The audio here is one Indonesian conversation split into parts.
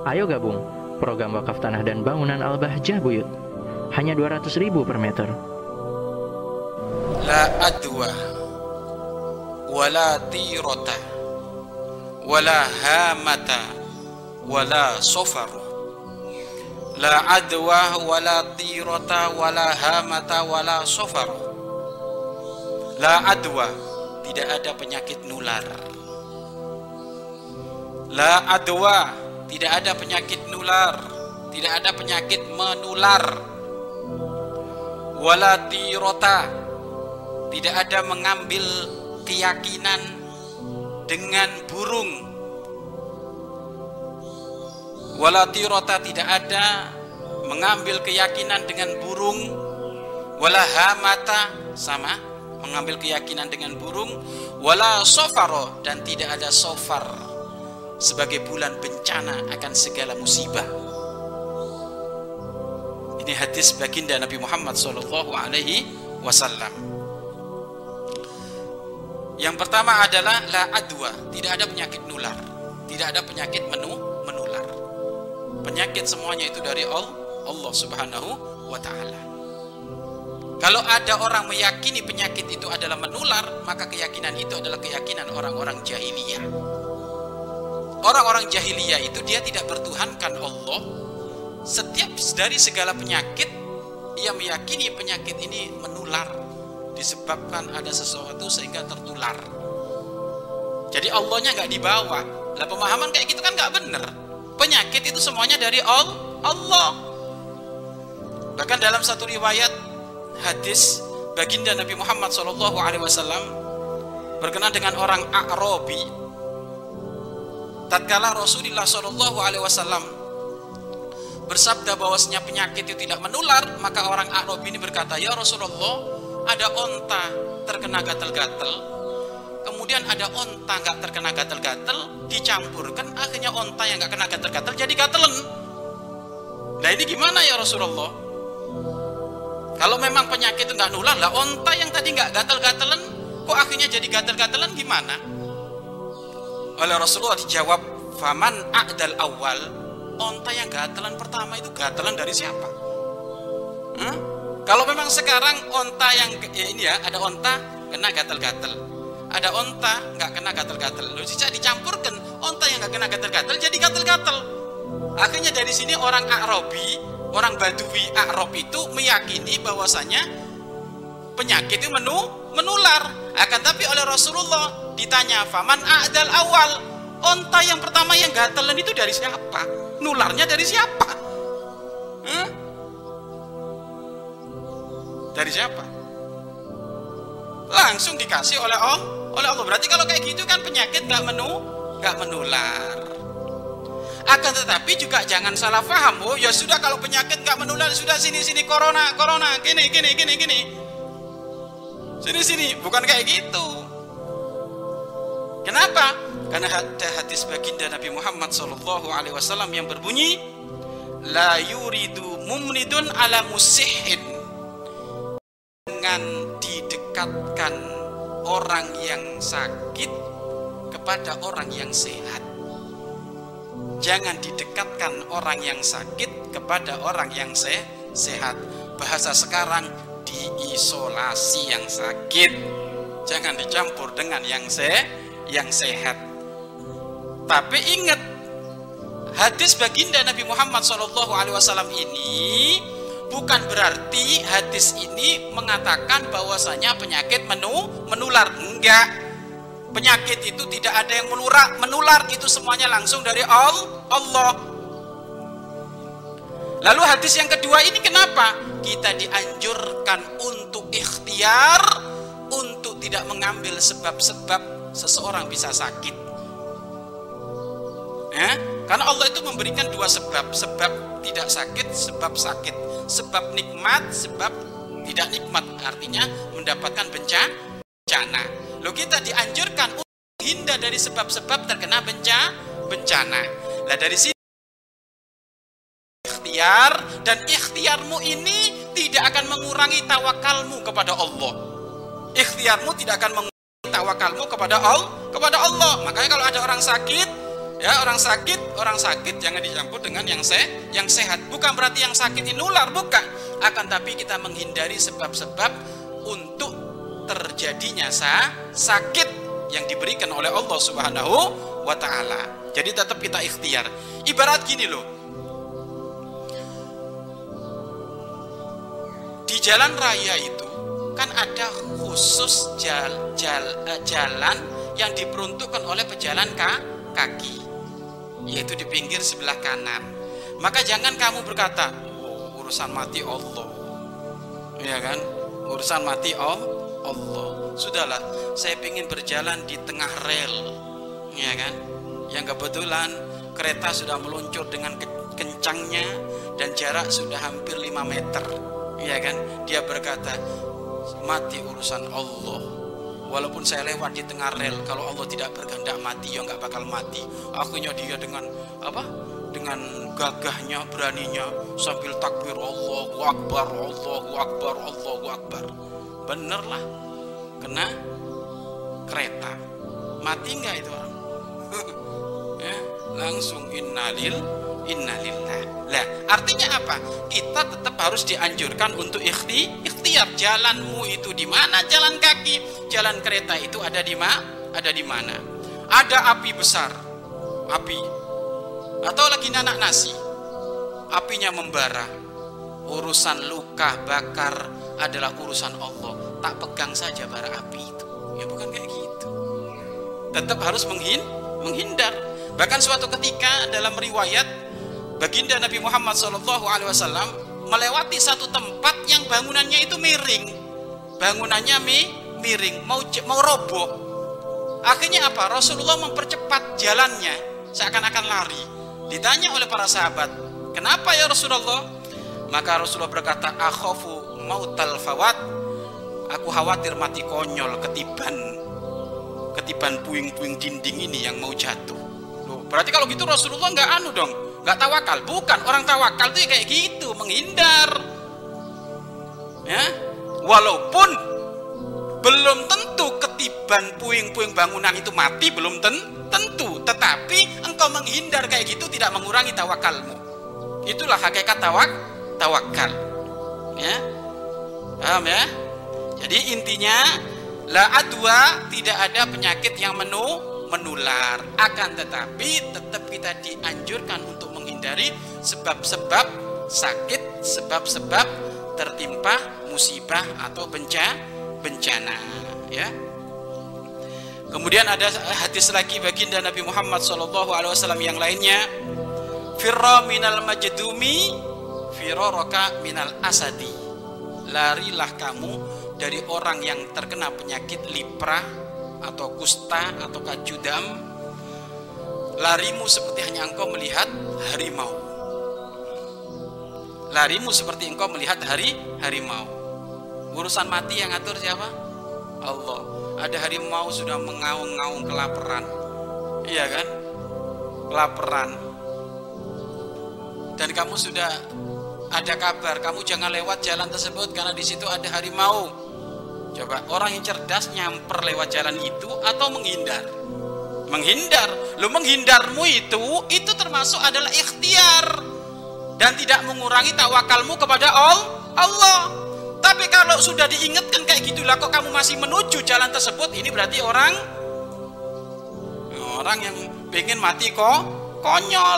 Ayo gabung program wakaf tanah dan bangunan Al-Bahjah Buyut. Hanya 200.000 per meter. La adwa wala tirata wala hamata wala sofar. La adwa wala tirata wala hamata wala sofar. La adwa, tidak ada penyakit nular. La adwa, tidak ada penyakit nular, tidak ada penyakit menular. Wala tirata, tidak ada mengambil keyakinan dengan burung. Wala tirata, tidak ada mengambil keyakinan dengan burung. Wala hamata, sama, mengambil keyakinan dengan burung. Wala sofaro, dan tidak ada sofar sebagai bulan bencana akan segala musibah. Ini hadis baginda Nabi Muhammad SAW. Yang pertama adalah la adwa, tidak ada penyakit nular, tidak ada penyakit menular. Penyakit semuanya itu dari Allah Subhanahu wa ta'ala. Kalau ada orang meyakini penyakit itu adalah menular, maka keyakinan itu adalah keyakinan orang-orang jahiliyah. Orang-orang jahiliyah itu dia tidak bertuhankan Allah. Setiap dari segala penyakit, ia meyakini penyakit ini menular, disebabkan ada sesuatu sehingga tertular. Jadi Allahnya nggak dibawa. Lah pemahaman kayak gitu kan nggak benar. Penyakit itu semuanya dari Allah. Bahkan dalam satu riwayat hadis baginda Nabi Muhammad SAW berkenaan dengan orang A'rabi. Tatkala Rasulullah SAW bersabda bahwasanya penyakit itu tidak menular, maka orang A'rabi ini berkata, ya Rasulullah, ada onta terkena gatal-gatal, kemudian ada onta nggak terkena gatal-gatal, dicampurkan, akhirnya onta yang nggak kena gatal-gatal jadi gatelan. Nah ini gimana ya Rasulullah? Kalau memang penyakit itu nggak nular, lah onta yang tadi nggak gatal-gatalan, kok akhirnya jadi gatal-gatalan gimana? Oleh Rasulullah dijawab, faman a'dal awal, onta yang gatalan pertama itu gatalan dari siapa? Kalau memang sekarang onta yang ini ya, ada onta kena gatal-gatal, ada onta nggak kena gatal-gatal, lalu bisa dicampurkan onta yang nggak kena gatal-gatal jadi gatal-gatal. Akhirnya dari sini orang A'rabi, orang Badui A'rab itu meyakini bahwasanya penyakit itu menular. Akan tapi oleh Rasulullah ditanya, faman a'dal awal, onta yang pertama yang gatalan itu dari siapa? Nularnya dari siapa? Dari siapa? Langsung dikasih oleh Allah. Berarti kalau kayak gitu kan penyakit nggak menular. Akan tetapi juga jangan salah paham. Oh ya sudah, kalau penyakit nggak menular, sudah sini corona gini sini, bukan kayak gitu. Kenapa? Karena ada hadis baginda Nabi Muhammad SAW yang berbunyi, la yuridu mumridun ala musihin. Dengan didekatkan orang yang sakit kepada orang yang sehat. Jangan didekatkan orang yang sakit kepada orang yang sehat. Bahasa sekarang, diisolasi yang sakit. Jangan dicampur dengan yang sehat. Tapi ingat, hadis baginda Nabi Muhammad SAW ini bukan berarti hadis ini mengatakan bahwasanya penyakit menular. Enggak. Penyakit itu tidak ada yang menular, itu semuanya langsung dari Allah. Lalu hadis yang kedua ini kenapa? Kita dianjurkan untuk ikhtiar, untuk tidak mengambil sebab-sebab seseorang bisa sakit. Karena Allah itu memberikan dua sebab tidak sakit, sebab sakit, sebab nikmat, sebab tidak nikmat, artinya mendapatkan bencana. Lalu kita dianjurkan untuk hindar dari sebab-sebab terkena bencana. Nah dari sini ikhtiar, dan ikhtiarmu ini tidak akan mengurangi tawakalmu kepada Allah. Ikhtiarmu tidak akan mengurangi tawakalmu kepada Allah. Makanya kalau ada orang sakit, Ya, orang sakit jangan dicampur dengan yang sehat. Bukan berarti yang sakit ini nular, bukan. Akan tapi kita menghindari sebab-sebab untuk terjadinya sakit yang diberikan oleh Allah Subhanahu wa taala. Jadi tetap kita ikhtiar. Ibarat gini loh. Di jalan raya itu kan ada khusus jalan yang diperuntukkan oleh pejalan kaki, yaitu di pinggir sebelah kanan. Maka jangan kamu berkata, oh, urusan mati Allah, ya kan? Urusan mati Allah. Sudahlah, saya ingin berjalan di tengah rel, ya kan? Yang kebetulan kereta sudah meluncur dengan kencangnya dan jarak sudah hampir 5 meter, ya kan? Dia berkata, mati urusan Allah. Walaupun saya lewat di tengah rel, kalau Allah tidak berkehendak mati, ya nggak bakal mati. Akhirnya dia dengan apa? Dengan gagahnya, beraninya sambil takbir, Allahu Akbar, Allahu Akbar, Allahu Akbar. Bener lah, kena kereta. Mati nggak itu orang? Ya, langsung innalillah. Lah, artinya apa? Kita tetap harus dianjurkan untuk ikhtiar. Jalanmu itu di mana? Jalan kaki, jalan kereta itu ada di mana? Ada api besar, atau lagi nanak nasi, apinya membara. Urusan luka bakar adalah urusan Allah. Tak pegang saja bara api itu. Ya bukan kayak gitu. Tetap harus menghindar. Bahkan suatu ketika dalam riwayat, baginda Nabi Muhammad SAW melewati satu tempat yang bangunannya itu miring. Bangunannya miring, mau roboh. Akhirnya apa? Rasulullah mempercepat jalannya, seakan-akan lari. Ditanya oleh para sahabat, kenapa ya Rasulullah? Maka Rasulullah berkata, akhafu mautal fawat. Aku khawatir mati konyol ketiban puing-puing dinding ini yang mau jatuh. Loh, berarti kalau gitu Rasulullah nggak tawakal. Bukan, orang tawakal itu kayak gitu, menghindar. Ya, walaupun belum tentu ketiban puing-puing bangunan itu mati, belum tentu. Tetapi engkau menghindar kayak gitu tidak mengurangi tawakalmu. Itulah hakikat tawakal. Ya, paham ya? Jadi intinya, la adwa, tidak ada penyakit yang menular. Akan tetapi tetap kita dianjurkan untuk menghindari sebab-sebab sakit, sebab-sebab tertimpa musibah atau bencana, ya. Kemudian ada hadis lagi baginda Nabi Muhammad SAW yang lainnya, firra minal majdumi firaraka minal asadi. Larilah kamu dari orang yang terkena penyakit liprah atau kusta atau kajudam. Larimu seperti hanya engkau melihat harimau. Larimu seperti engkau melihat harimau. Urusan mati yang ngatur siapa? Allah. Ada harimau sudah mengaung-ngaung kelaparan, iya kan? Kelaparan. Dan kamu sudah ada kabar, kamu jangan lewat jalan tersebut karena di situ ada harimau. Coba, orang yang cerdas nyamper lewat jalan itu atau menghindar? Menghindar. Lo menghindarmu itu termasuk adalah ikhtiar dan tidak mengurangi tawakalmu kepada Allah. Tapi kalau sudah diingatkan kayak gitulah kok kamu masih menuju jalan tersebut, ini berarti orang yang pengen mati konyol.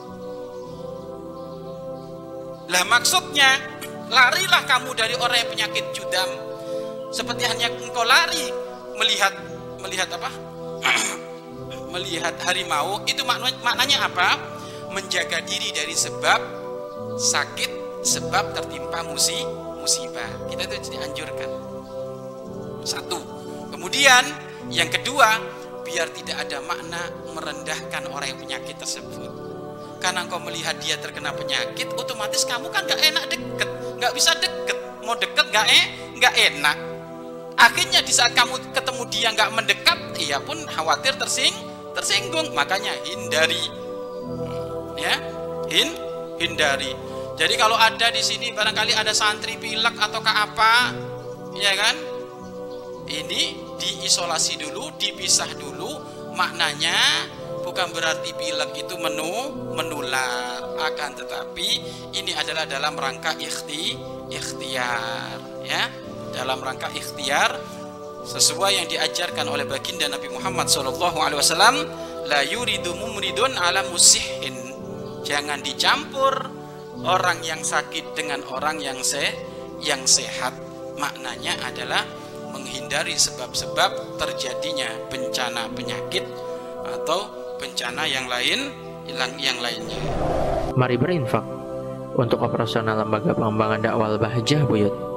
Lah maksudnya, larilah kamu dari orang yang penyakit judam. Seperti hanya engkau lari melihat apa? Melihat harimau, itu maknanya apa? Menjaga diri dari sebab sakit, sebab tertimpa musibah. Kita itu dianjurkan. Satu. Kemudian yang kedua, biar tidak ada makna merendahkan orang yang penyakit tersebut. Karena engkau melihat dia terkena penyakit, otomatis kamu kan gak enak deket, gak bisa deket. Mau deket gak enak. Akhirnya di saat kamu ketemu dia gak mendekat, ia pun khawatir tersinggung. Makanya hindari, ya, hindari. Jadi kalau ada di sini barangkali ada santri pilek atau apa, ya kan? Ini diisolasi dulu, dipisah dulu. Maknanya bukan berarti pilek itu menular, akan tetapi ini adalah dalam rangka ikhtiar, ya, dalam rangka ikhtiar sesuai yang diajarkan oleh baginda Nabi Muhammad SAW. La yuridu mumridun ala musihin, jangan dicampur orang yang sakit dengan orang yang sehat. Maknanya adalah menghindari sebab-sebab terjadinya bencana penyakit atau bencana yang lainnya. Mari berinfak untuk operasional lembaga pengembangan dakwah Al-Bahjah Buyut.